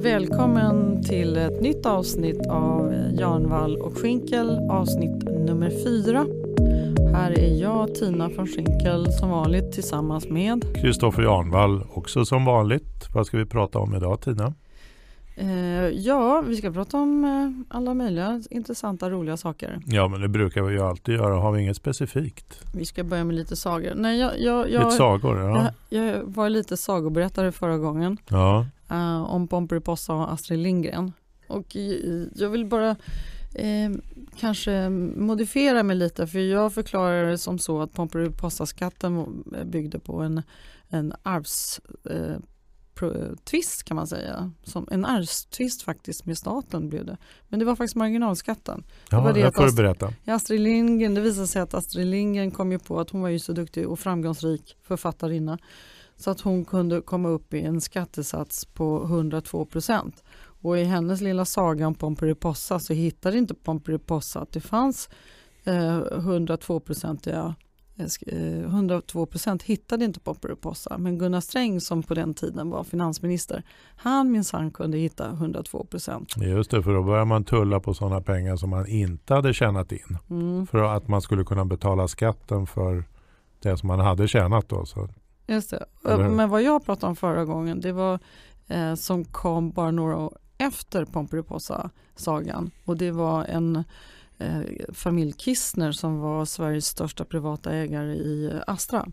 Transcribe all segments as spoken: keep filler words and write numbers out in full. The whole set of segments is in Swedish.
Välkommen till ett nytt avsnitt av Jarnvall och Schinkel, avsnitt nummer fyra. Här är jag, Tina från Schinkel, som vanligt tillsammans med Kristoffer Jarnvall, också som vanligt. Vad ska vi prata om idag, Tina? Eh, ja, vi ska prata om eh, alla möjliga intressanta, roliga saker. Ja, men det brukar vi ju alltid göra. Har vi inget specifikt? Vi ska börja med lite sagor. Nej, jag, jag, jag, lite sagor, ja. Jag, jag var lite sagoberättare förra gången. Ja. Uh, om Pomperipossa och Astrid Lindgren. Och uh, jag vill bara uh, kanske modifiera mig lite, för jag förklarar det som så att Pomperipossa-skatten byggde på en, en arvs... Uh, twist kan man säga. Som en arvstvist faktiskt med staten blev det. Men det var faktiskt marginalskatten. Ja, det var det jag får Ast- du berätta. Astrid Lindgren, det visade sig att Astrid Lindgren kom ju på att hon var ju så duktig och framgångsrik författarinna. Så att hon kunde komma upp i en skattesats på hundratvå procent. Och i hennes lilla saga om Pomperipossa så hittade inte Pomperipossa att det fanns eh, hundratvå procent. Ja, eh, hundratvå procent hittade inte Pomperipossa. Men Gunnar Sträng, som på den tiden var finansminister, han minsann kunde hitta hundratvå procent. Just det, för då börjar man tulla på sådana pengar som man inte hade tjänat in. Mm. För att man skulle kunna betala skatten för det som man hade tjänat då. Så. Just det. Eller? Men vad jag pratade om förra gången, det var eh, som kom bara några år efter Pomperipossa-sagan. Och det var en eh, familj Kistner som var Sveriges största privata ägare i eh, Astra.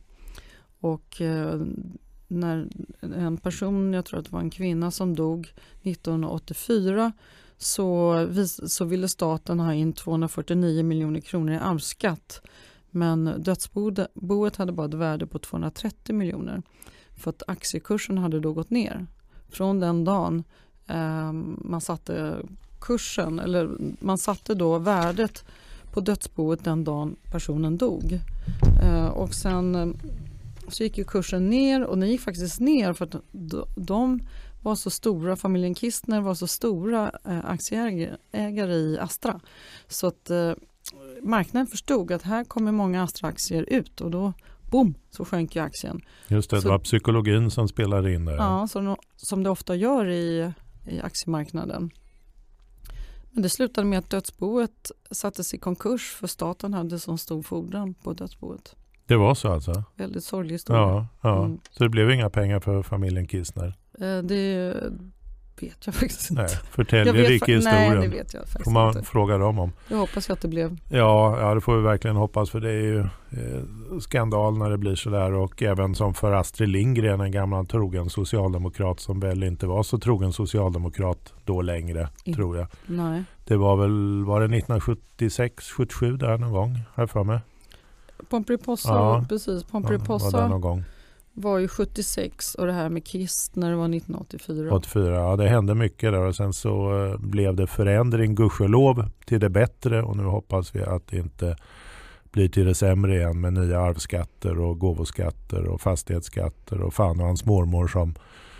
Och eh, när en person, jag tror att det var en kvinna som dog nittonhundraåttiofyra, så, vis, så ville staten ha in tvåhundrafyrtionio miljoner kronor i arvsskatt. Men dödsboet hade bara ett värde på tvåhundratrettio miljoner. För att aktiekursen hade då gått ner. Från den dagen eh, man satte kursen, eller man satte då värdet på dödsboet den dagen personen dog. Eh, och sen eh, så gick ju kursen ner, och den gick faktiskt ner för att de, de var så stora, familjen Kistner var så stora eh, aktieägare i Astra. Så att eh, marknaden förstod att här kommer många Astra-aktier ut, och då, boom, så sjönk ju aktien. Just det, så, det var psykologin som spelade in där. Ja, som, som det ofta gör i, i aktiemarknaden. Men det slutade med att dödsboet sattes i konkurs, för staten hade så stor fordran på dödsboet. Det var så alltså? Väldigt sorglig historia. Ja, ja. Mm. Så det blev inga pengar för familjen Kistner? Eh, det vet jag faktiskt inte. Nej, förtälj jag vet, rika historien. Nej, det vet jag faktiskt får man inte. Fråga dem om. Jag hoppas att det blev. Ja, ja, det får vi verkligen hoppas, för det är ju eh, skandal när det blir så där. Och även som för Astrid Lindgren, en gammal trogen socialdemokrat som väl inte var så trogen socialdemokrat då längre, I, tror jag. Nej. Det var väl, var det nittonhundrasjuttiosex sjuttiosju där någon gång, här för mig? Pomperipossa, ja, precis. Pomperipossa var, någon gång. var ju sjuttiosex, och det här med Kistner var nittonhundraåttiofyra. åttiofyra, ja, det hände mycket där, och sen så uh, blev det förändring, gudskelov, till det bättre, och nu hoppas vi att det inte blir till det sämre igen med nya arvsskatter och gåvoskatter och fastighetsskatter och fan och hans mormor som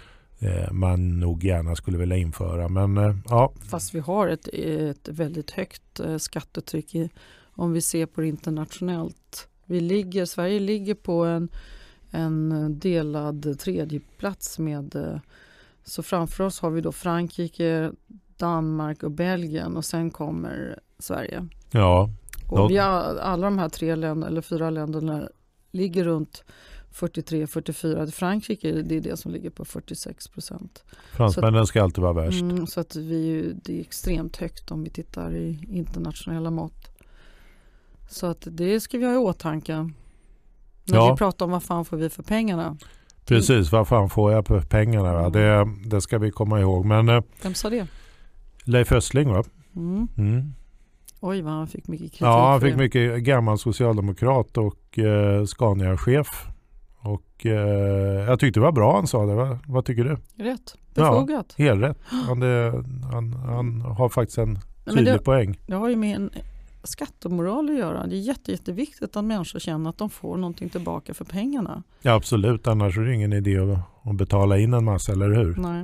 eh, man nog gärna skulle vilja införa. Men eh, ja. Fast vi har ett, ett väldigt högt eh, skattetryck i, om vi ser på det internationellt. Vi ligger, Sverige ligger på en en delad tredje plats med, så framför oss har vi då Frankrike, Danmark och Belgien, och sen kommer Sverige. Ja. Och vi har, alla de här tre länderna eller fyra länderna ligger runt fyrtiotre fyrtiofyra. Frankrike, det är det som ligger på fyrtiosex procent. Fransmännen ska alltid vara värst. Mm, så att vi, det är extremt högt om vi tittar i internationella mått. Så att det ska vi ha i åtanke. När ja. vi pratar om vad fan får vi för pengarna. Precis, vad fan får jag för pengarna? Va? Mm. Det, det ska vi komma ihåg. Men, vem sa det? Leif Östling, va? Mm. Mm. Oj, vad han fick mycket kritik. Ja, han för fick det. mycket gammal socialdemokrat och eh, Scania-chef. Och eh, jag tyckte det var bra han sa det. Va? Vad tycker du? Rätt, befogat. Ja, helt rätt. Han, det, han, han har faktiskt en tydlig det, poäng. Det har ju med en skattemoral att göra. Det är jätte, jätteviktigt att människor känner att de får någonting tillbaka för pengarna. Ja, absolut. Annars är det ingen idé att, att betala in en massa, eller hur? Nej.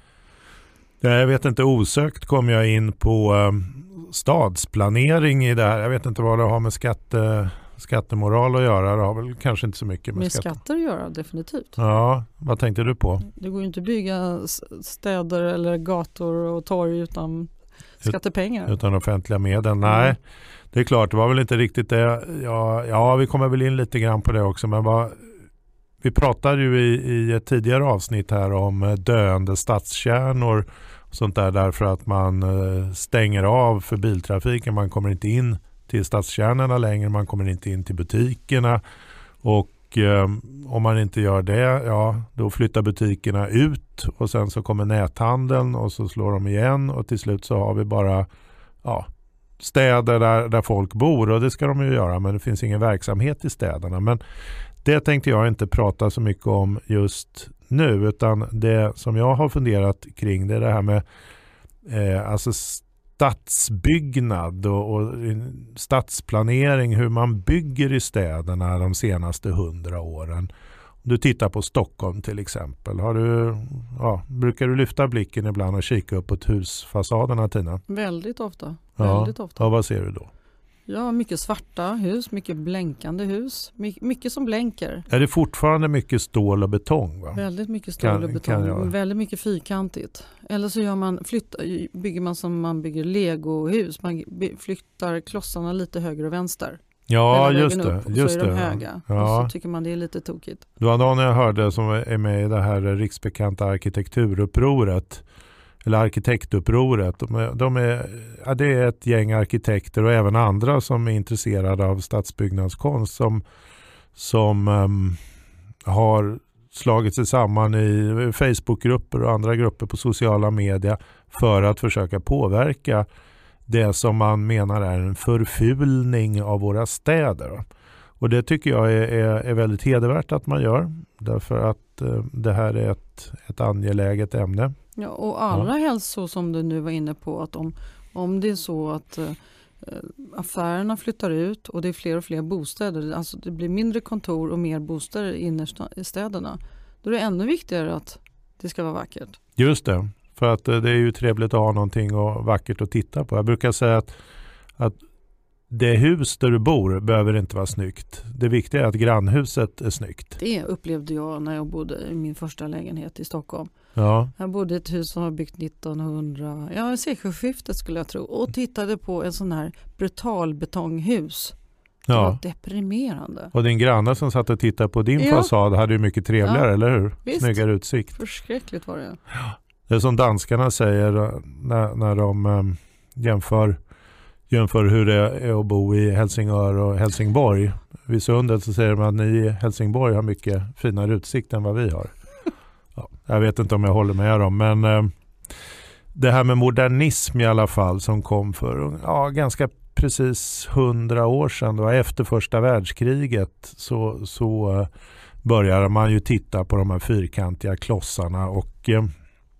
Jag vet inte, osökt kom jag in på um, stadsplanering i det här. Jag vet inte vad det har med skatte, skattemoral att göra. Det har väl kanske inte så mycket med, med skatter. skatter att göra, definitivt. Ja, vad tänkte du på? Det går ju inte att bygga städer eller gator och torg utan skattepengar. Utan offentliga medel. Nej, det är klart. Det var väl inte riktigt det. Ja, ja vi kommer väl in lite grann på det också. Men vad, vi pratade ju i, i ett tidigare avsnitt här om döende stadskärnor och sånt där, därför att man stänger av för biltrafiken. Man kommer inte in till stadskärnorna längre. Man kommer inte in till butikerna. Och eh, om man inte gör det, ja, då flyttar butikerna ut och sen så kommer näthandeln och så slår de igen och till slut så har vi bara ja, städer där, där folk bor, och det ska de ju göra, men det finns ingen verksamhet i städerna. Men det tänkte jag inte prata så mycket om just nu, utan det som jag har funderat kring, det är det här med eh, alltså stadsbyggnad och, och stadsplanering, hur man bygger i städerna de senaste hundra åren. Du tittar på Stockholm till exempel. Har du, ja, brukar du lyfta blicken ibland och kika upp på husfasaderna, Tina? Väldigt ofta. Ja. Väldigt ofta. Ja, vad ser du då? Ja, mycket svarta hus, mycket blänkande hus. My- mycket som blänker. Är det fortfarande mycket stål och betong? Va? Väldigt mycket stål Kan- och kan jag- betong. Väldigt mycket fyrkantigt. Eller så gör man, flytt, bygger man som man bygger legohus. Man by- flyttar klossarna lite höger och vänster. Ja, Hela just vägen det. upp, och Just så är de det. höga. Ja. Och så tycker man det är lite tokigt. Det var någon jag hörde som är med i det här riksbekanta arkitekturupproret. Eller arkitektupproret. De är, de är, ja, det är ett gäng arkitekter och även andra som är intresserade av stadsbyggnadskonst som, som um, har slagit sig samman i Facebookgrupper och andra grupper på sociala medier för att försöka påverka det som man menar är en förfulning av våra städer. Och det tycker jag är, är, är väldigt hedervärt att man gör, därför att eh, det här är ett, ett angeläget ämne. Ja, och allra helst så som du nu var inne på, att om, om det är så att eh, affärerna flyttar ut och det är fler och fler bostäder, alltså det blir mindre kontor och mer bostäder i innerstäderna, då är det ännu viktigare att det ska vara vackert. Just det, för att eh, det är ju trevligt att ha någonting och vackert att titta på. Jag brukar säga att, att det hus där du bor behöver inte vara snyggt. Det viktiga är att grannhuset är snyggt. Det upplevde jag när jag bodde i min första lägenhet i Stockholm. Ja. Jag bodde i ett hus som var byggt nittonhundra, ja, sekelskiftet skulle jag tro, och tittade på en sån här brutalbetonghus. Det Ja. var deprimerande. Och din granne som satt och tittade på din Ja. fasad hade ju mycket trevligare, Ja, eller hur? visst. Snyggare utsikt. Förskräckligt var det. Det är som danskarna säger när, när de um, jämför, jämför hur det är att bo i Helsingör och Helsingborg. Vid sundet så säger de att ni i Helsingborg har mycket finare utsikt än vad vi har. Ja, jag vet inte om jag håller med dem, men um, det här med modernism i alla fall som kom för ja, ganska precis hundra år sedan, då, efter första världskriget, så, så uh, började man ju titta på de här fyrkantiga klossarna, och uh,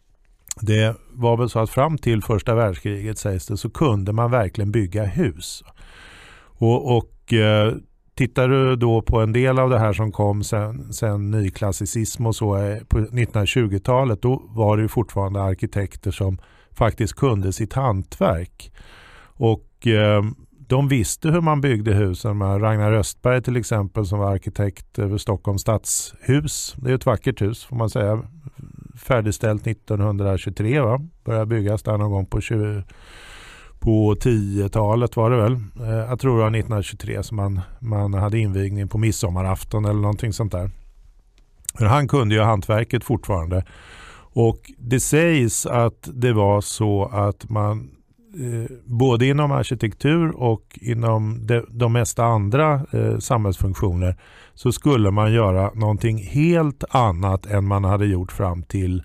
det var väl så att fram till första världskriget, sägs det, så kunde man verkligen bygga hus. Och, och uh, tittar du då på en del av det här som kom sen, sen nyklassicism och så uh, på nittonhundratjugotalet, då var det ju fortfarande arkitekter som faktiskt kunde sitt hantverk. Och eh, de visste hur man byggde husen. Med Ragnar Östberg till exempel, som var arkitekt över Stockholms stadshus. Det är ett vackert hus får man säga. Färdigställt nittonhundratjugotre, va? Började byggas där någon gång på, tjugo, på tiotalet var det väl. Eh, jag tror det var nittonhundratjugotre som man, man hade invigning på midsommarafton eller någonting sånt där. Men han kunde ju hantverket fortfarande. Och det sägs att det var så att man eh, både inom arkitektur och inom de, de mesta andra eh, samhällsfunktioner så skulle man göra någonting helt annat än man hade gjort fram till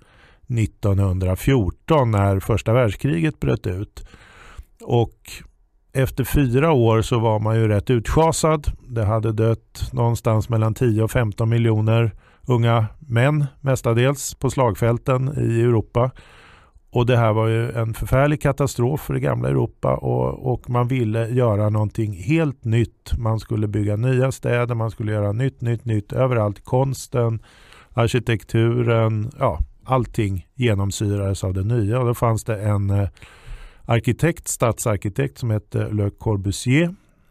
nittonhundrafjorton när första världskriget bröt ut. Och efter fyra år så var man ju rätt utschasad. Det hade dött någonstans mellan tio och femton miljoner unga män mestadels på slagfälten i Europa. Och det här var ju en förfärlig katastrof för det gamla Europa, och, och man ville göra någonting helt nytt. Man skulle bygga nya städer, man skulle göra nytt, nytt, nytt överallt. Konsten, arkitekturen, ja, allting genomsyrades av det nya. Och då fanns det en eh, arkitekt, stadsarkitekt som hette Le Corbusier,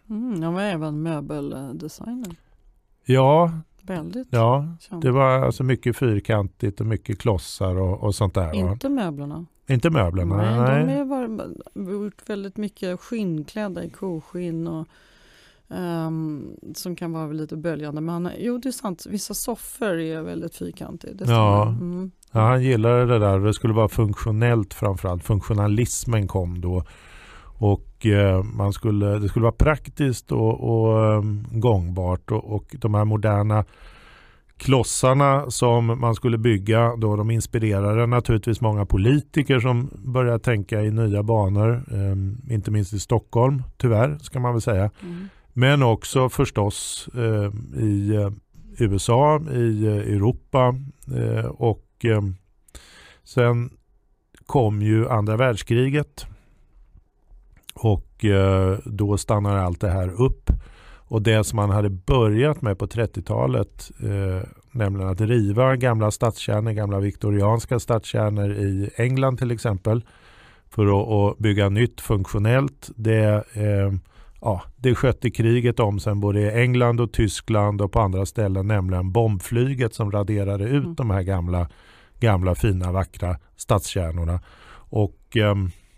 Mm, jag var även möbeldesigner. Ja, Väldigt. ja Känd. det var alltså mycket fyrkantigt och mycket klossar och, och sånt där. Va? Inte möblerna. Inte möblerna, Nej, nej. de har var, gjort väldigt mycket skinnklädda i koskinn och um, som kan vara lite böljande. Men jo, det är sant. Vissa soffor är väldigt fyrkantiga. Det Ja. mm. Ja, han gillade det där. Det skulle vara funktionellt framförallt. Funktionalismen kom då. Och eh, man skulle, det skulle vara praktiskt och, och um, gångbart. Och, och de här moderna klossarna som man skulle bygga då, de inspirerade naturligtvis många politiker som började tänka i nya banor. Eh, inte minst i Stockholm, tyvärr ska man väl säga. Mm. Men också förstås eh, i eh, U S A, i eh, Europa eh, och eh, sen kom ju andra världskriget och eh, då stannar allt det här upp. Och det som man hade börjat med på trettiotalet, eh, nämligen att riva gamla stadskärnor, gamla viktorianska stadskärnor i England till exempel, för att, att bygga nytt funktionellt, det, eh, ja, det skötte kriget om sen både i England och Tyskland och på andra ställen, nämligen bombflyget som raderade ut mm. de här gamla, gamla fina vackra stadskärnorna. Och eh,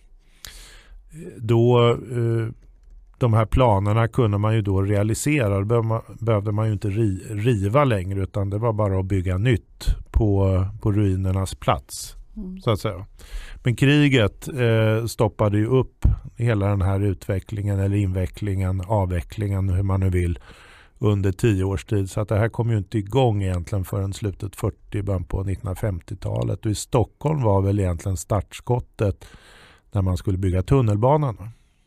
då eh, de här planerna kunde man ju då realisera. Då behövde man, behövde man ju inte ri, riva längre, utan det var bara att bygga nytt på, på ruinernas plats. Mm. Så att säga. Men kriget eh, stoppade ju upp hela den här utvecklingen eller invecklingen, avvecklingen, hur man nu vill, under tio års tid. Så att det här kom ju inte igång egentligen förrän slutet fyrtio, början på nittonhundrafemtiotalet. Och i Stockholm var väl egentligen startskottet när man skulle bygga tunnelbanan.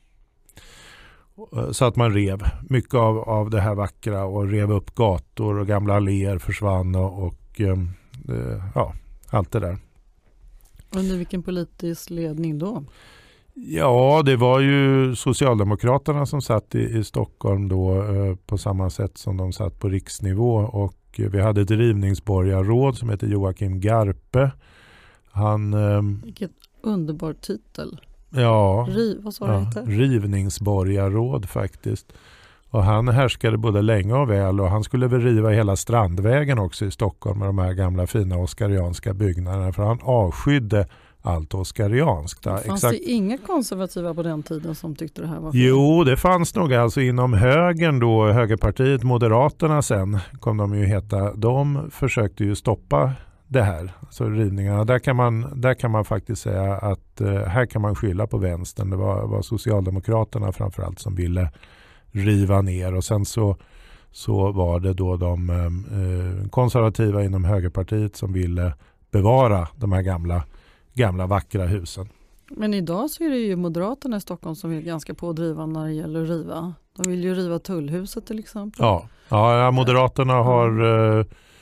Så att man rev mycket av, av det här vackra och rev upp gator och gamla alléer försvann och, och eh, ja, allt det där. Under vilken politisk ledning då? Ja, det var ju Socialdemokraterna som satt i, i Stockholm då eh, på samma sätt som de satt på riksnivå, och vi hade ett rivningsborgarråd som heter Joakim Garpe. Han... Eh, Vilket underbar titel. Ja, Riv, vad sa ja, det heter? Rivningsborgarråd faktiskt. Och han härskade både länge och väl, och han skulle väl riva hela Strandvägen också i Stockholm med de här gamla fina oskarianska byggnaderna, för han avskydde allt oskarianskt. Fanns Exakt. det inga konservativa på den tiden som tyckte det här var fel? Jo, det fanns nog alltså inom högern då, högerpartiet, Moderaterna sen kom de ju heta, de försökte ju stoppa det här, alltså rivningarna. Där kan man, där kan man faktiskt säga att eh, här kan man skylla på vänstern. Det var, var Socialdemokraterna framförallt som ville riva ner, och sen så, så var det då de eh, konservativa inom högerpartiet som ville bevara de här gamla, gamla vackra husen. Men idag så är det ju Moderaterna i Stockholm som är ganska pådrivande när det gäller att riva. De vill ju riva Tullhuset till exempel. Ja, ja Moderaterna har eh,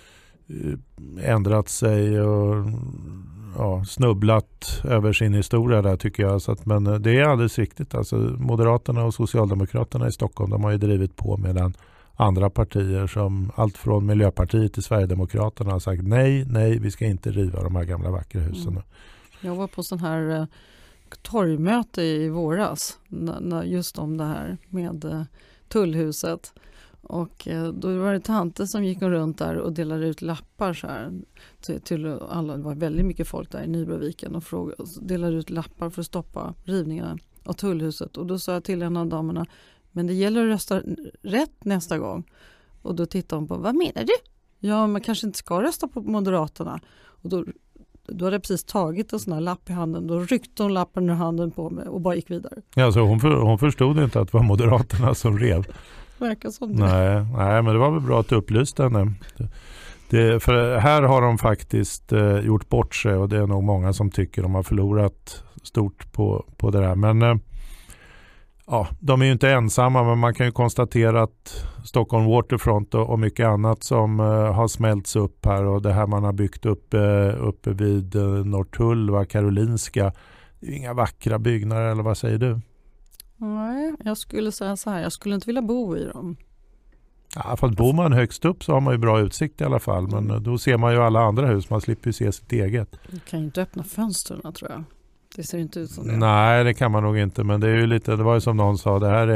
ändrat sig och ja, snubblat över sin historia där, tycker jag. Så att, men det är alldeles riktigt. Alltså, Moderaterna och Socialdemokraterna i Stockholm, de har ju drivit på, medan andra partier som allt från Miljöpartiet till Sverigedemokraterna har sagt nej, nej, vi ska inte riva de här gamla vackra husen. Mm. Jag var på sån här eh, torgmöte i våras när, när just om det här med eh, Tullhuset. Och eh, då var det tanter som gick runt där och delade ut lappar så här till, till alla. Det var väldigt mycket folk där i Nybroviken och, frågade, och delade ut lappar för att stoppa rivningen av Tullhuset. Och då sa jag till en av damerna, men det gäller att rösta rätt nästa gång. Och då tittade hon på, vad menar du? Ja, man kanske inte ska rösta på Moderaterna. Och då, då hade jag precis tagit en sån här lapp i handen. Då ryckte hon lappen ur handen på mig och bara gick vidare. Ja, så hon, för, hon förstod inte att det var Moderaterna som rev. Verkar som det. Nej, nej, men det var väl bra att du upplyste henne. Det, det, för här har de faktiskt eh, gjort bort sig, och det är nog många som tycker de har förlorat stort på, på det där. Men eh, ja, de är ju inte ensamma, men man kan ju konstatera att Stockholm Waterfront och, och mycket annat som eh, har smälts upp här, och det här man har byggt upp eh, uppe vid eh, Norrtull, va, Karolinska, det är ju inga vackra byggnader, eller vad säger du? Nej, jag skulle säga så här, jag skulle inte vilja bo i dem. Ja, för att bor man högst upp så har man ju bra utsikt i alla fall, men mm. då ser man ju alla andra hus, man slipper ju se sitt eget. Du kan ju inte öppna fönstren, tror jag. Det ser inte ut som det. Nej, det kan man nog inte, men det är ju lite, det var ju som någon sa, det här är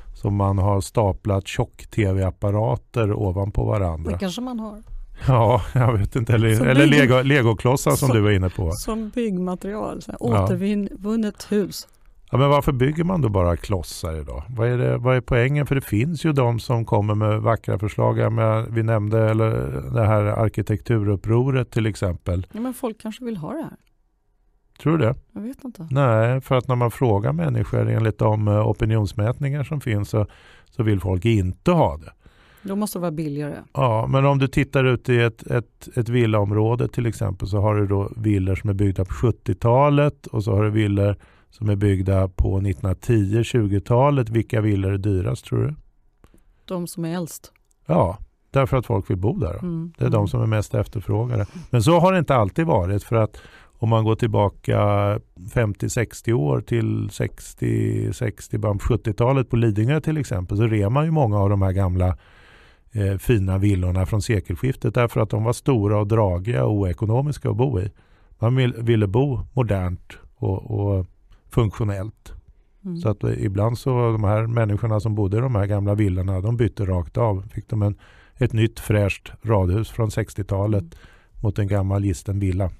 som man har staplat tjock-tv-apparater ovanpå varandra. Det kanske man har. Ja, jag vet inte. Eller, Som eller bygg- Lego, legoklossar som, som du var inne på. Som byggmaterial. Så här, Ja. återvunnet hus. Ja, men varför bygger man då bara klossar idag? Vad är, det, vad är poängen? För det finns ju de som kommer med vackra förslag. Ja, men vi nämnde eller det här arkitekturupproret till exempel. Ja, men folk kanske vill ha det här. Tror du det? Jag vet inte. Nej, för att när man frågar människor enligt de opinionsmätningar som finns så, så vill folk inte ha det. Då måste det vara billigare. Ja, men om du tittar ut i ett, ett, ett villaområde till exempel så har du då villor som är byggda på sjuttiotalet och så har du villor som är byggda på nittonhundratio tjugotalet. Vilka villor är dyrast tror du? De som är äldst. Ja, därför att folk vill bo där. Mm. Det är de som är mest efterfrågade. Men så har det inte alltid varit för att om man går tillbaka femtio sextio år till sextio sextio början på sjuttiotalet på Lidingö till exempel så rev man ju många av de här gamla eh, fina villorna från sekelskiftet därför att de var stora och dragiga och oekonomiska att bo i. Man vill, ville bo modernt och, och funktionellt. Mm. Så att ibland så de här människorna som bodde i de här gamla villorna de bytte rakt av. Fick de en, ett nytt fräscht radhus från sextiotalet mm. mot en gammal gisten villa.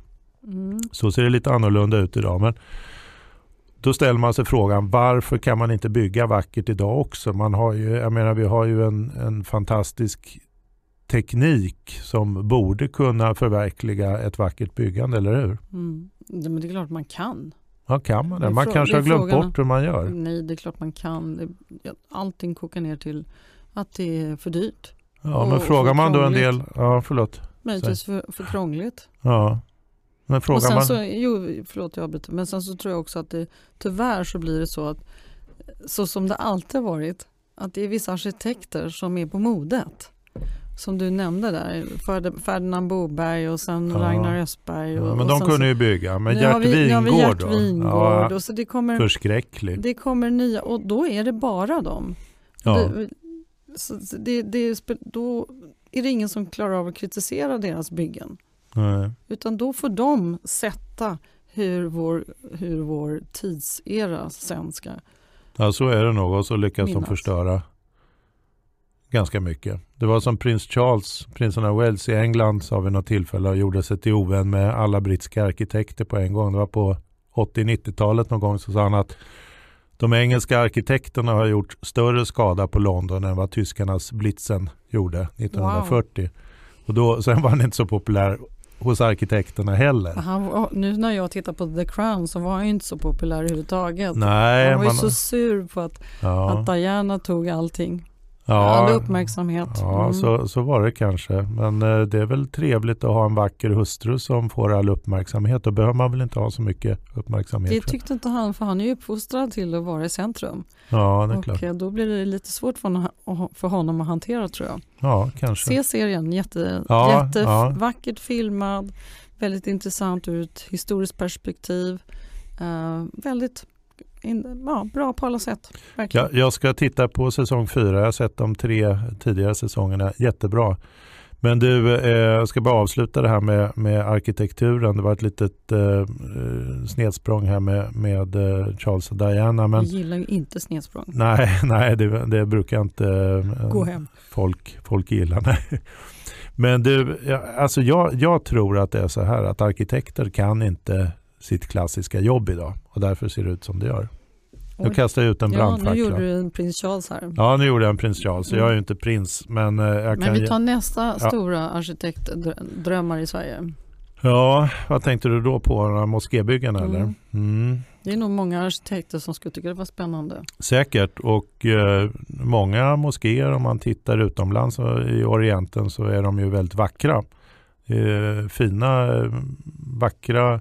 Mm. Så ser det lite annorlunda ut idag. Men då ställer man sig frågan varför kan man inte bygga vackert idag också? Man har ju, jag menar, vi har ju en, en fantastisk teknik som borde kunna förverkliga ett vackert byggande, eller hur? Mm. Ja, men det är klart man kan. Ja, kan man det? det Man frå- kanske har glömt frågan. bort hur man gör. Nej, det är klart man kan. Det, ja, allting kokar ner till att det är för dyrt. Ja, och, men frågar och man då en krångligt. del... Ja, förlåt. Möjligtvis för, för krångligt. Ja. Men Och frågar sen man... så, jo, förlåt jag avbryter, men sen så tror jag också att det, tyvärr så blir det så att så som det alltid har varit, att det är vissa arkitekter som är på modet. Som du nämnde där, Ferd- Ferdinand Boberg och sen Ja. Ragnar Östberg. Och, Ja, men och de sen kunde så, ju bygga. Men nu Gert har vi, nu har vi Wingård Gert då? Wingård Ja, och så det kommer, förskräckligt. det kommer nya, och då är det bara dem. Ja. Det, så det, det, då är det ingen som klarar av att kritisera deras byggen. Nej. Utan då får de sätta hur vår, hur vår tidsera sen ska... Ja, så är det nog. Och så lyckas minnas. de förstöra ganska mycket. Det var som prins Charles, prinsen av Wales i England, sa vid något tillfälle och gjorde sig till ovän med alla brittiska arkitekter på en gång. Det var på åttio-nittiotalet någon gång, så sa han att de engelska arkitekterna har gjort större skada på London än vad tyskarnas Blitzen gjorde nittonhundrafyrtio. Wow. Och då, sen var han inte så populär hos arkitekterna heller. Han var, nu när jag tittar på The Crown så var han ju inte så populär överhuvudtaget. Nej, han var ju man, så sur på att, ja. att Diana tog allting. Ja, All uppmärksamhet. Ja, mm. så, så var det kanske. Men eh, det är väl trevligt att ha en vacker hustru som får all uppmärksamhet. Då behöver man väl inte ha så mycket uppmärksamhet. Det tyckte inte han, för han är ju uppfostrad till att vara i centrum. Ja, det är och klart. eh, då blir det lite svårt för honom, för honom att hantera, tror jag. Ja, kanske. Se serien, jätte, Ja, jättevackert ja. filmad, väldigt intressant ur ett historiskt perspektiv. Uh, väldigt in, ja, bra på alla sätt. Verkligen. Ja, jag ska titta på säsong fyra. Jag har sett de tre tidigare säsongerna. Jättebra. Men du, eh, jag ska bara avsluta det här med, med arkitekturen. Det var ett litet eh, snedsprång här med, med eh, Charles och Diana. Men, jag gillar ju inte snedsprång. Nej, nej det, det brukar inte eh, gå hem. Folk, folk gillar. Nej. Men du, alltså jag, jag tror att det är så här att arkitekter kan inte sitt klassiska jobb idag. Och därför ser det ut som det gör. Nu kastar jag ut en brandfackla. Ja, nu gjorde du en prins Charles här. Ja, nu gjorde jag en prins Charles. Mm. Jag är ju inte prins, men jag men kan... Men vi tar nästa ja. stora arkitektdrömmar i Sverige. Ja, vad tänkte du då på? Några moskébyggen mm. eller? Mm. Det är nog många arkitekter som skulle tycka det var spännande. Säkert, och eh, många moskéer, om man tittar utomlands i Orienten, så är de ju väldigt vackra. Eh, fina, vackra,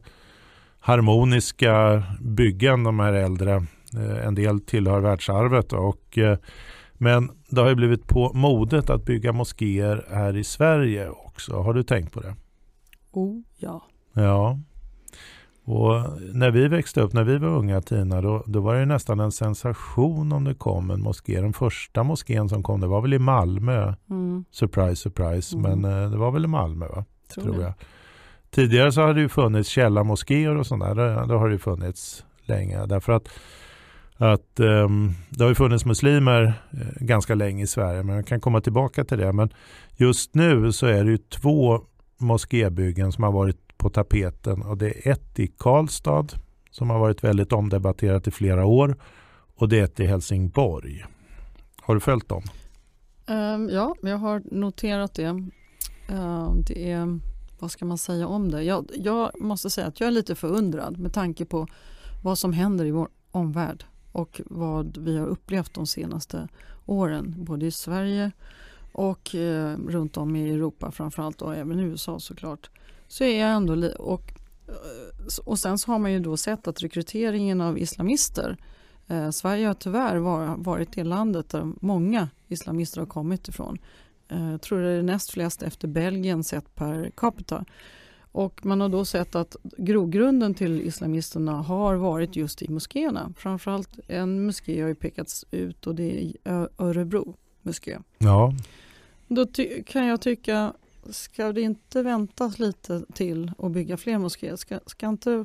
harmoniska byggen, de här äldre. En del tillhör världsarvet. Och, men det har ju blivit på modet att bygga moskéer här i Sverige också. Har du tänkt på det? Oh, ja. Ja. Och när vi växte upp, när vi var unga Tina, då, då var det nästan en sensation om det kom en moské. Den första moskén som kom, det var väl i Malmö. Mm. Surprise, surprise. Mm. Men det var väl i Malmö, va? Tror, tror jag. Tidigare så hade det ju funnits källarmoskéer och sånt där. Det, det har det ju funnits länge. Därför att att um, det har ju funnits muslimer eh, ganska länge i Sverige, men jag kan komma tillbaka till det. Men just nu så är det ju två moskébyggen som har varit på tapeten, och det är ett i Karlstad som har varit väldigt omdebatterat i flera år, och det är ett i Helsingborg. Har du följt dem? Um, ja, jag har noterat det. Uh, det är, vad ska man säga om det? Jag, jag måste säga att jag är lite förundrad med tanke på vad som händer i vår omvärld och vad vi har upplevt de senaste åren, både i Sverige och eh, runt om i Europa framförallt, och även i U S A såklart. Så är jag ändå li- och, och sen så har man ju då sett att rekryteringen av islamister, eh, Sverige har tyvärr var, varit det landet där många islamister har kommit ifrån. Eh, jag tror det är näst flest efter Belgien sett per capita. Och man har då sett att grogrunden till islamisterna har varit just i moskéerna. Framförallt en moské har ju pekats ut, och det är Ö- Örebro moské. Ja. Då ty- kan jag tycka, ska det inte väntas lite till att bygga fler moskéer? Ska, ska inte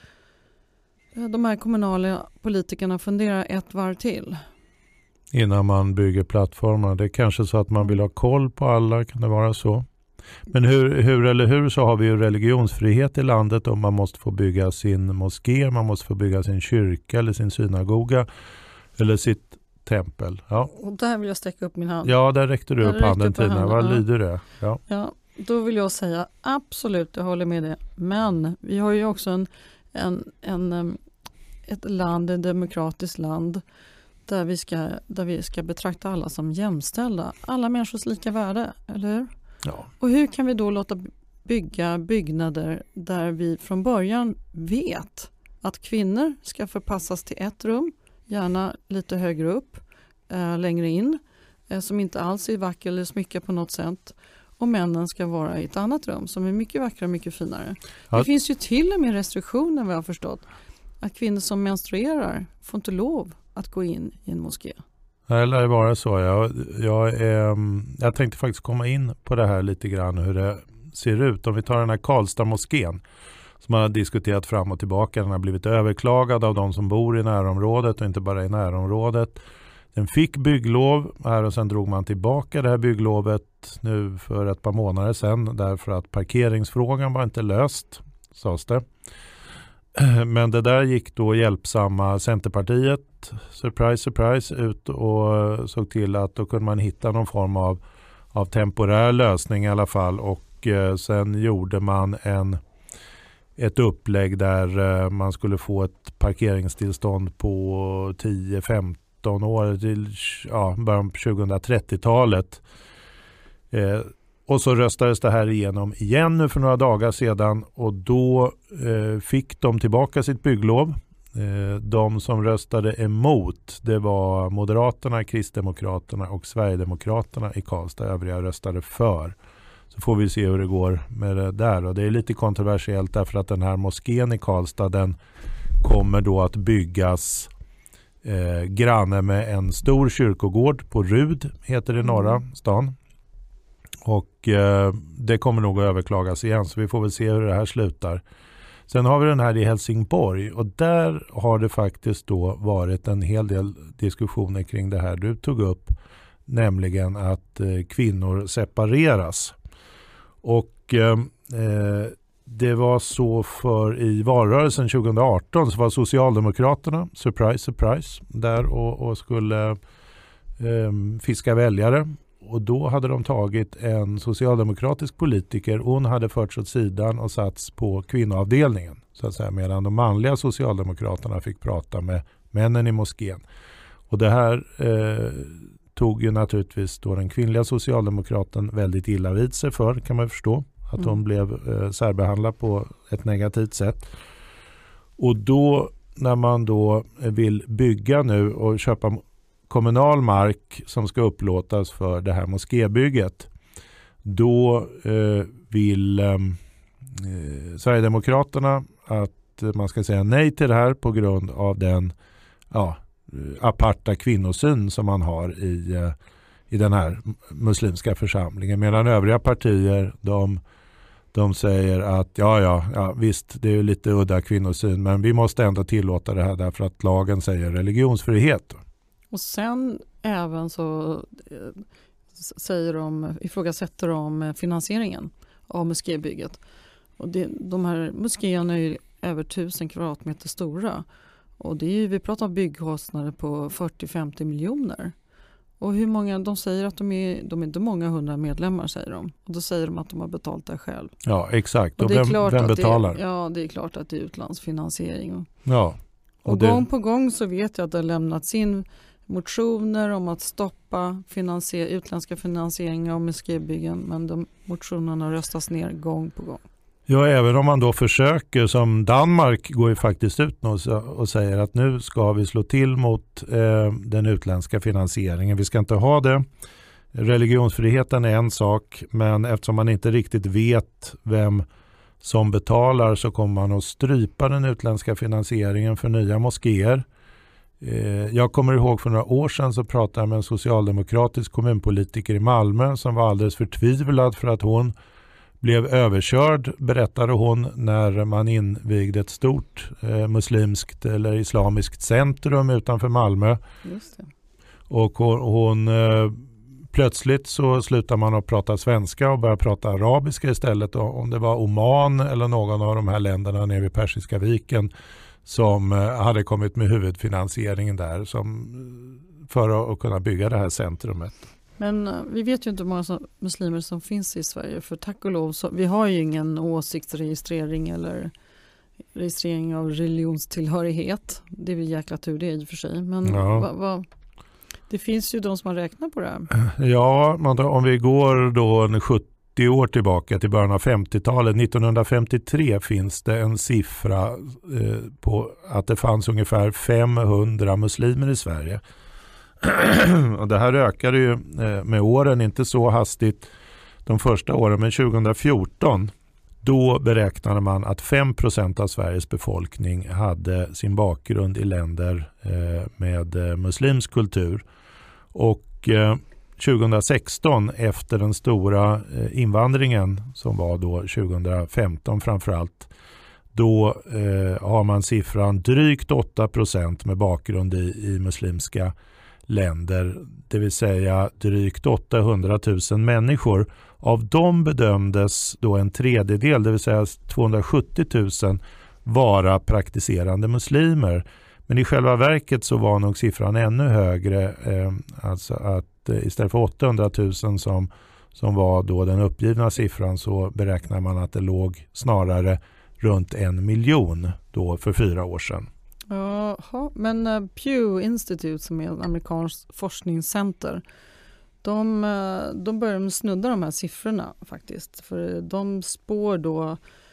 de här kommunala politikerna fundera ett varv till? Innan man bygger plattformar. Det är kanske så att man vill ha koll på alla, kan det vara så? Men hur, hur eller hur så har vi ju religionsfrihet i landet, och man måste få bygga sin moské, man måste få bygga sin kyrka eller sin synagoga eller sitt tempel. Ja, Och där vill jag sträcka upp min hand. ja där räckte du Där upp räckte handen upp Tina. handen, Vad ja. lyder det? Ja. Ja, då vill jag säga absolut, jag håller med det. Men vi har ju också en, en, en, em, ett land, ett demokratiskt land, där vi, ska, där vi ska betrakta alla som jämställda. Alla människors lika värde, eller hur? Ja. Och hur kan vi då låta bygga byggnader där vi från början vet att kvinnor ska förpassas till ett rum, gärna lite högre upp, äh, längre in, äh, som inte alls är vacker eller smycka på något sätt. Och männen ska vara i ett annat rum som är mycket vackrare och mycket finare. Ja. Det finns ju till och med restriktioner, vad jag har förstått, att kvinnor som menstruerar får inte lov att gå in i en moské. Det lär vara så. Jag, jag, är, jag tänkte faktiskt komma in på det här lite grann, hur det ser ut. Om vi tar den här Karlstad-moskén som man har diskuterat fram och tillbaka. Den har blivit överklagad av de som bor i närområdet, och inte bara i närområdet. Den fick bygglov här, och sen drog man tillbaka det här bygglovet nu för ett par månader sedan, därför att parkeringsfrågan var inte löst, sades det. Men det där gick då hjälpsamma Centerpartiet, surprise, surprise, ut och såg till att då kunde man hitta någon form av, av temporär lösning i alla fall. Och eh, sen gjorde man en, ett upplägg där eh, man skulle få ett parkeringstillstånd på tio femton år till ja, början på tjugohundratrettiotalet. Eh, Och så röstades det här igenom igen nu för några dagar sedan, och då eh, fick de tillbaka sitt bygglov. Eh, de som röstade emot, det var Moderaterna, Kristdemokraterna och Sverigedemokraterna i Karlstad. Övriga röstade för. Så får vi se hur det går med det där. Och det är lite kontroversiellt därför att den här moskén i Karlstad, den kommer då att byggas eh, granne med en stor kyrkogård på Rud, heter det i norra stan. Och eh, det kommer nog att överklagas igen, så vi får väl se hur det här slutar. Sen har vi den här i Helsingborg, och där har det faktiskt då varit en hel del diskussioner kring det här du tog upp, nämligen att eh, kvinnor separeras. Och eh, det var så för i valrörelsen tjugohundraarton så var Socialdemokraterna, surprise, surprise, där och, och skulle eh, fiska väljare. Och då hade de tagit en socialdemokratisk politiker, hon hade förts åt sidan och satts på kvinnoavdelningen, så att säga, medan de manliga socialdemokraterna fick prata med männen i moskén. Och det här eh, tog ju naturligtvis då den kvinnliga socialdemokraten väldigt illa vid sig för, kan man förstå, att hon mm. blev eh, särbehandlad på ett negativt sätt. Och då när man då vill bygga nu och köpa kommunal mark som ska upplåtas för det här moskébygget, då eh, vill eh, Sverigedemokraterna att man ska säga nej till det här på grund av den ja, aparta kvinnosyn som man har i, eh, i den här muslimska församlingen, medan övriga partier de De säger att ja, ja, ja visst, det är ju lite udda kvinnosyn, men vi måste ändå tillåta det här därför att lagen säger religionsfrihet. Och sen även så eh, säger de, ifrågasätter de finansieringen av moskébygget. Och det, de här moskéerna är ju över tusen kvadratmeter stora. Och det är ju, vi pratar om byggkostnader på fyrtio till femtio miljoner. Och hur många, de säger att de är, de är inte många hundra medlemmar, säger de. Och då säger de att de har betalt det själv. Ja, exakt. Och, och det är vem, klart vem att betalar? Det, ja, det är klart att det är utlandsfinansiering. Ja. Och, och det... gång på gång så vet jag att det har lämnats in motioner om att stoppa finansier, utländska finansieringar av moskébyggen. Men de motionerna röstas ner gång på gång. Ja, även om man då försöker, som Danmark går ju faktiskt ut nu och säger att nu ska vi slå till mot eh, den utländska finansieringen. Vi ska inte ha det. Religionsfriheten är en sak, men eftersom man inte riktigt vet vem som betalar så kommer man att strypa den utländska finansieringen för nya moskéer. Eh, jag kommer ihåg för några år sedan så pratade jag med en socialdemokratisk kommunpolitiker i Malmö som var alldeles förtvivlad för att hon blev överkörd, berättade hon, när man invigde ett stort eh, muslimskt eller islamiskt centrum utanför Malmö. Just det. Och hon, hon eh, plötsligt så slutar man att prata svenska och börjar prata arabiska istället. Och om det var Oman eller någon av de här länderna nere vid Persiska viken som eh, hade kommit med huvudfinansieringen där som, för att kunna bygga det här centrumet. Men vi vet ju inte hur många som, muslimer som finns i Sverige, för tack och lov så vi har ju ingen åsiktsregistrering eller registrering av religionstillhörighet. Det är väl jäkla tur det i och för sig. Men ja. va, va, det finns ju de som har räknat på det här. Ja, man, om vi går då sjuttio år tillbaka till början av femtiotalet. nittonhundrafemtiotre finns det en siffra eh, på att det fanns ungefär femhundra muslimer i Sverige. Och det här ökade ju med åren, inte så hastigt de första åren, men tjugohundrafjorton då beräknade man att fem procent av Sveriges befolkning hade sin bakgrund i länder med muslimsk kultur. Och tjugohundrasexton, efter den stora invandringen som var då tjugohundrafemton framförallt, då eh, har man siffran drygt åtta procent med bakgrund i, i muslimska länder, det vill säga drygt åttahundratusen människor. Av dem bedömdes då en tredjedel, det vill säga tvåhundrasjuttiotusen, vara praktiserande muslimer. Men i själva verket så var nog siffran ännu högre, eh, alltså att eh, istället för åttahundratusen som, som var då den uppgivna siffran, så beräknar man att det låg snarare runt en miljon då för fyra år sedan. Jaha, men uh, Pew Institute, som är ett amerikanskt forskningscenter, de, uh, de börjar snudda de här siffrorna faktiskt. För de spår då,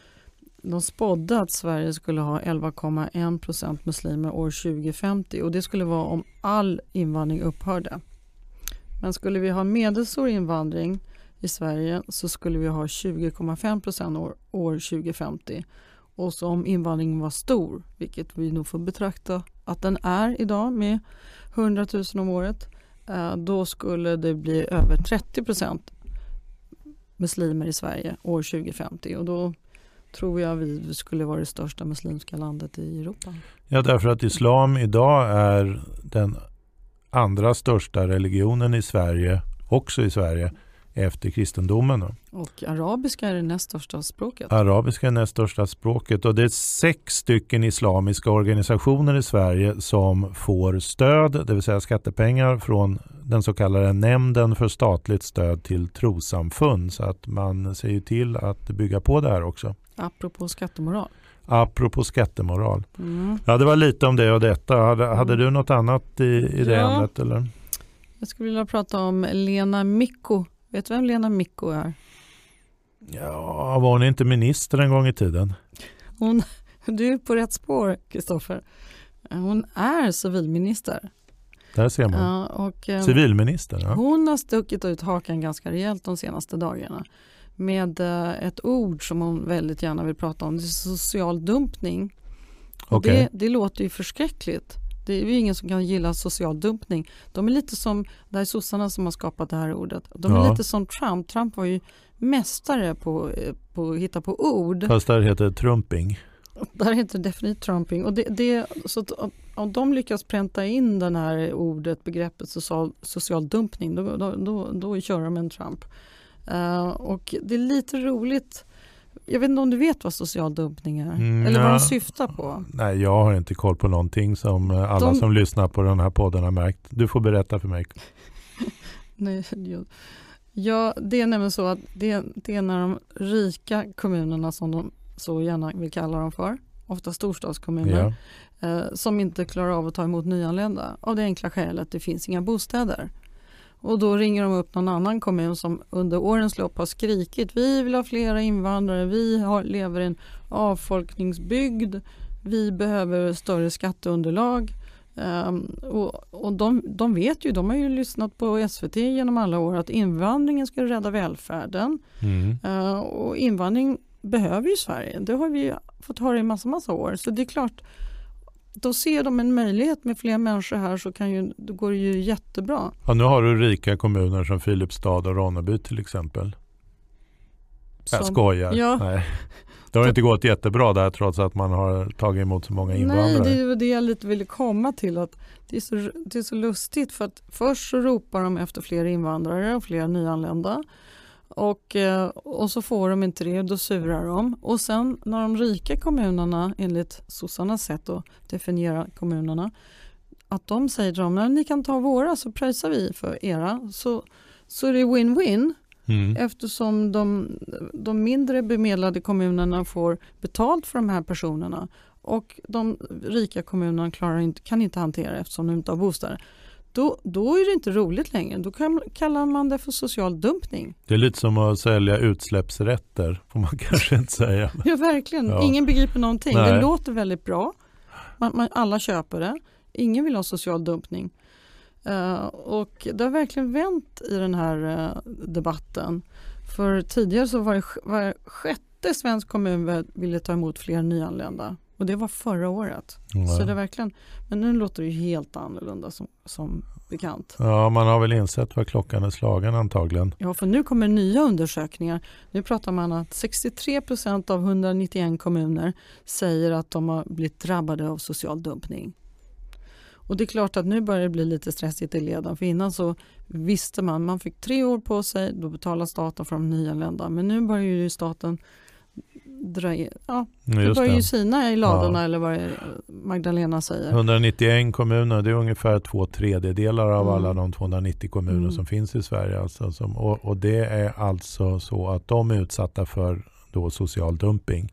de spådde att Sverige skulle ha elva komma en procent muslimer år tjugohundrafemtio, och det skulle vara om all invandring upphörde. Men skulle vi ha medelstor invandring i Sverige så skulle vi ha tjugo komma fem procent år, år tjugohundrafemtio. Och så om invandringen var stor, vilket vi nog får betrakta att den är idag med hundratusen om året, då skulle det bli över trettio procent muslimer i Sverige år tjugohundrafemtio. Och då tror jag vi skulle vara det största muslimska landet i Europa. Ja, därför att islam idag är den andra största religionen i Sverige, också i Sverige, efter kristendomen. Och arabiska är det näst största språket. Arabiska är näst största språket, och det är sex stycken islamiska organisationer i Sverige som får stöd, det vill säga skattepengar, från den så kallade nämnden för statligt stöd till trossamfund. Så att man ser ju till att bygga på det här också. Apropå skattemoral. Apropå skattemoral. Mm. Ja, det var lite om det och detta. Hade, hade mm. du något annat i, i det ja. ämnet? Eller? Jag skulle vilja prata om Lena Micko. Vet du vem Lena Micko är? Ja, var hon inte minister en gång i tiden? Hon, du är på rätt spår, Kristoffer. Hon är civilminister. Där ser man. Ja, och, eh, civilminister. Ja. Hon har stuckit ut hakan ganska rejält de senaste dagarna med eh, ett ord som hon väldigt gärna vill prata om. Det är social dumpning. Och okay. det, det låter ju förskräckligt. Det är ju ingen som kan gilla social dumpning. De är lite som, det är sossarna som har skapat det här ordet. De är ja. lite som Trump. Trump var ju mästare på, på att hitta på ord. Fast där heter det trumping. Där heter det definitivt trumping. Och det, det, så att, om de lyckas pränta in den här ordet, begreppet social, social dumpning, då, då, då, då kör de en Trump. Uh, och det är lite roligt. Jag vet inte om du vet vad social dumpning är. Mm, eller vad de syftar på. Nej, jag har inte koll på någonting som alla de... som lyssnar på den här podden har märkt. Du får berätta för mig. Nej, ja, det är nämligen så att det, det är när de rika kommunerna, som de så gärna vill kalla dem för, ofta storstadskommuner, ja. eh, som inte klarar av att ta emot nyanlända. Av det enkla skälet att det finns inga bostäder. Och då ringer de upp någon annan kommun som under årens lopp har skrikit: vi vill ha flera invandrare, vi har, lever i en avfolkningsbygd, vi behöver större skatteunderlag. Um, och och de, de vet ju, de har ju lyssnat på S V T genom alla år, att invandringen ska rädda välfärden. Mm. Uh, och invandring behöver ju Sverige. Det har vi ju fått höra i massa, massa år. Så det är klart, då ser de en möjlighet med fler människor här, så kan ju, då går det ju jättebra. Ja, nu har du rika kommuner som Filipstad och Ronneby till exempel. Som, jag skojar. Ja. Nej. Det har inte gått jättebra där trots att man har tagit emot så många invandrare. Nej, det är det jag lite ville komma till. Att det, är så, det är så lustigt för att först så ropar de efter fler invandrare och fler nyanlända. Och, och så får de inte det, då surar de. Och sen när de rika kommunerna, enligt sossarnas sätt att definiera kommunerna, att de säger till dem: när ni kan ta våra så pröjsar vi för era. Så, så är det win-win. Mm. Eftersom de, de mindre bemedlade kommunerna får betalt för de här personerna och de rika kommunerna klarar inte, kan inte hantera eftersom de inte har bostäder. Då, då är det inte roligt längre. Då kan, kallar man det för social dumpning. Det är lite som att sälja utsläppsrätter, får man kanske inte säga. Ja, verkligen. Ja. Ingen begriper någonting. Nej. Det låter väldigt bra. Man, man, alla köper det. Ingen vill ha social dumpning. Uh, och det har verkligen vänt i den här uh, debatten. För tidigare så var det var sjätte svensk kommun ville ta emot fler nyanlända. Och det var förra året. Mm. Så det är verkligen, men nu låter det ju helt annorlunda som, som bekant. Ja, man har väl insett vad klockan är slagen antagligen. Ja, för nu kommer nya undersökningar. Nu pratar man att sextiotre procent av hundranittioen kommuner säger att de har blivit drabbade av social dumpning. Och det är klart att nu börjar det bli lite stressigt i leden. För innan så visste man, man fick tre år på sig, då betalar staten för de nyanlända. Men nu börjar ju staten dra in, ja, det börjar ju sina i ladorna, ja. Eller vad Magdalena säger. hundranittioen kommuner, det är ungefär två tredjedelar av mm. alla de tvåhundranittio kommuner mm. som finns i Sverige. Alltså, som, och, och det är alltså så att de är utsatta för då social dumping.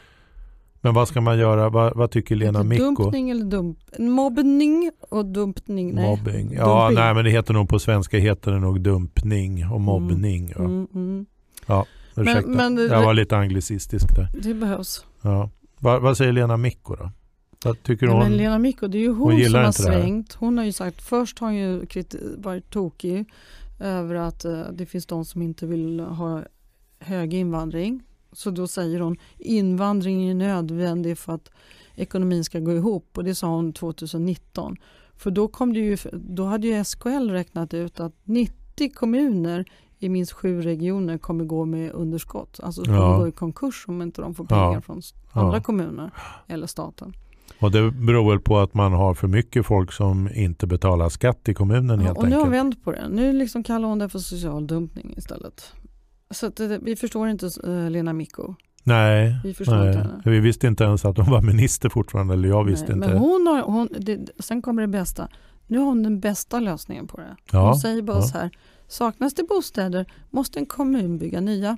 Men vad ska man göra? Vad, vad tycker Lena Micko? Dumpning eller dump? Mobbning och dumpning. Nej. Mobbing. Ja, dumping. Nej, men det heter nog på svenska heter det nog dumpning och mobbning. Mm. Ja. Mm, mm. Ja, ursäkta. Men, men det, jag var lite anglicistisk där. Det behövs. Ja. Va, vad säger Lena Micko då? Vad tycker hon? Ja, men Lena Micko, det är ju hon, hon som har svängt. Hon har ju sagt, först har hon ju kriti- varit tokig över att uh, det finns de som inte vill ha hög invandring. Så då säger hon, invandring är nödvändig för att ekonomin ska gå ihop. Och det sa hon tjugonitton. För då, kom det ju, då hade ju S K L räknat ut att nittio kommuner i minst sju regioner kommer gå med underskott. Alltså kommer ja. gå i konkurs om inte de får pengar ja. från andra ja. kommuner eller staten. Och det beror väl på att man har för mycket folk som inte betalar skatt i kommunen ja, helt och enkelt. Och nu har vänt på det. Nu liksom kallar hon det för social dumpning istället. Så att det, vi förstår inte uh, Lena Micko. Nej, vi, förstår nej. Inte henne. Vi visste inte ens att hon var minister fortfarande. Eller jag visste nej, inte. Men hon har, hon, det, sen kommer det bästa. Nu har hon den bästa lösningen på det. Ja, hon säger bara ja. så här. Saknas det bostäder måste en kommun bygga nya.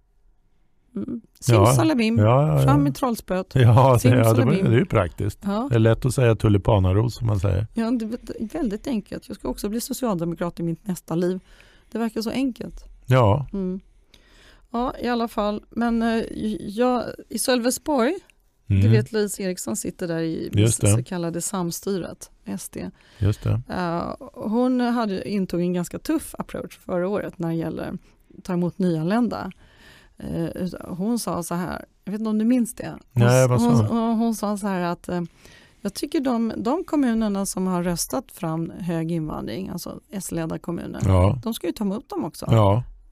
Mm. Simsalabim, ja, ja, ja, ja. fram i trollspöt. Ja, det, ja det, det är ju praktiskt. Ja. Det är lätt att säga tulipanaros som man säger. Ja, det är väldigt enkelt. Jag ska också bli socialdemokrat i mitt nästa liv. Det verkar så enkelt. Ja. Mm. Ja, i alla fall. Men eh, jag, i Sölvesborg, mm. du vet Louise Eriksson sitter där i det så kallade samstyret, S D. Just det. Uh, hon hade, intog en ganska tuff approach förra året när det gäller att ta emot nyanlända. Uh, hon sa så här, jag vet inte om du minns det? Hon, Nej, vad sa hon? Hon, hon sa så här att uh, jag tycker de, de kommunerna som har röstat fram hög invandring, alltså S-ledda kommuner, ja. de ska ju ta emot dem också. Ja.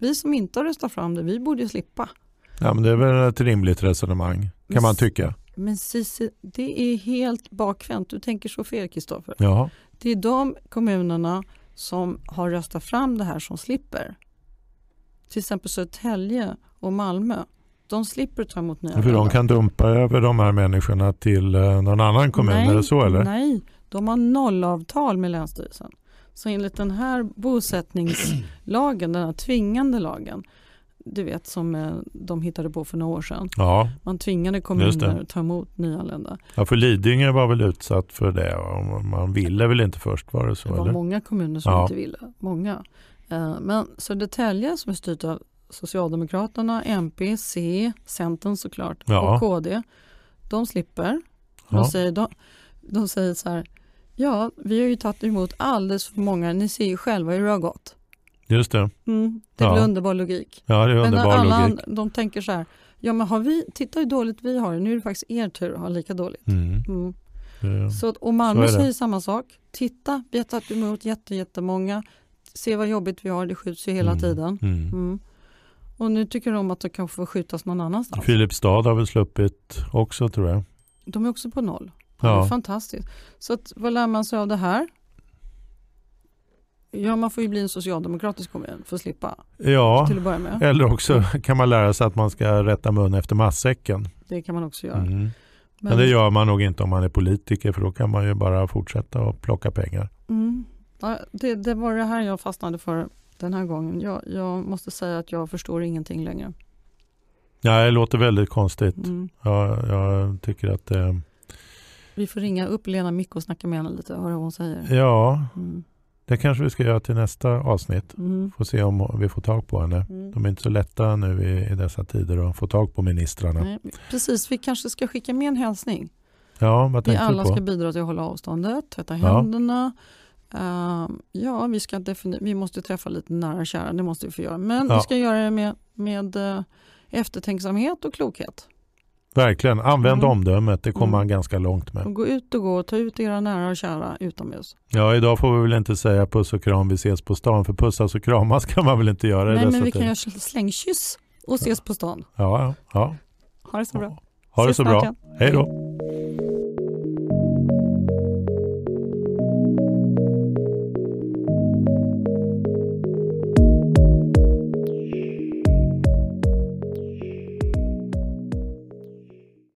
Vi som inte har röstat fram det, vi borde ju slippa. Ja, men det är väl ett rimligt resonemang, kan men, man tycka. Men Cissi, det är helt bakvänt. Du tänker så fel, Kristoffer. Ja. Det är de kommunerna som har röstat fram det här som slipper. Till exempel Södertälje och Malmö. De slipper ta emot nya. För de kan dumpa över de här människorna till eh, någon annan kommun nej, eller så, eller? Nej, de har nollavtal med Länsstyrelsen. Så enligt den här bosättningslagen, den här tvingande lagen, du vet som eh, de hittade på för några år sedan. Ja. Man tvingade kommuner att ta emot nyanlända. Ja, för Lidingö var väl utsatt för det. Man ville väl inte först, var det så? Det var eller? många kommuner som ja. inte ville. Många. Eh, men Södertälje som är styrt av Socialdemokraterna, M P, C, Centern såklart ja. och K D. De slipper. De, ja. säger, de, de säger så här, ja, vi har ju tagit emot alldeles för många. Ni ser ju själva hur det har gått. Just det. Mm, det är ja. väl underbar logik. Ja, det är underbar men alla logik. de tänker så här, ja men har vi, titta hur dåligt vi har det. Nu är det faktiskt er tur att ha lika dåligt. Mm. Mm. Ja. Så, och Malmö så säger samma sak. Titta, vi har tagit emot jätte, jättemånga. Se vad jobbigt vi har, det skjuts ju hela mm. tiden. Mm. Mm. Och nu tycker de att det kanske får skjutas någon annanstans. Filipstad har väl sluppit också, tror jag. De är också på noll. Ja. Ja. Det är fantastiskt. Så att, vad lär man sig av det här? Ja, man får ju bli en socialdemokratisk kommun för att slippa. Ja, till att börja med. Eller också kan man lära sig att man ska rätta mun efter matsäcken. Det kan man också göra. Mm. Men, Men det gör man nog inte om man är politiker, för då kan man ju bara fortsätta och plocka pengar. Mm. Ja, det, det var det här jag fastnade för den här gången. Jag, jag måste säga att jag förstår ingenting längre. Ja, det låter väldigt konstigt. Mm. Jag, jag tycker att det... Vi får ringa upp Lena Micko och snacka med henne lite och höra vad hon säger. Ja, Mm. det kanske vi ska göra till nästa avsnitt. Mm. Får se om vi får tag på henne. Mm. De är inte så lätta nu i, i dessa tider att få tag på ministrarna. Nej, precis, vi kanske ska skicka med en hälsning. Ja, vad Vi tänkte alla du på? ska bidra till att hålla avståndet, tvätta Ja. händerna. Uh, ja, vi, ska defini- vi måste träffa lite nära och kära, det måste vi få göra. Men Ja. vi ska göra det med, med uh, eftertänksamhet och klokhet. Verkligen, använd Mm. omdömet. Det kommer Mm. man ganska långt med. Och gå ut och gå och ta ut era nära och kära utomhus. Ja, idag får vi väl inte säga puss och kram, vi ses på stan. För pussas och kramas kan man väl inte göra i Nej, dessa men vi tider. kan göra slängkyss och ses på stan. Ja, ja. Ha det så bra. Ha det Ses så snart bra. igen. Hej då.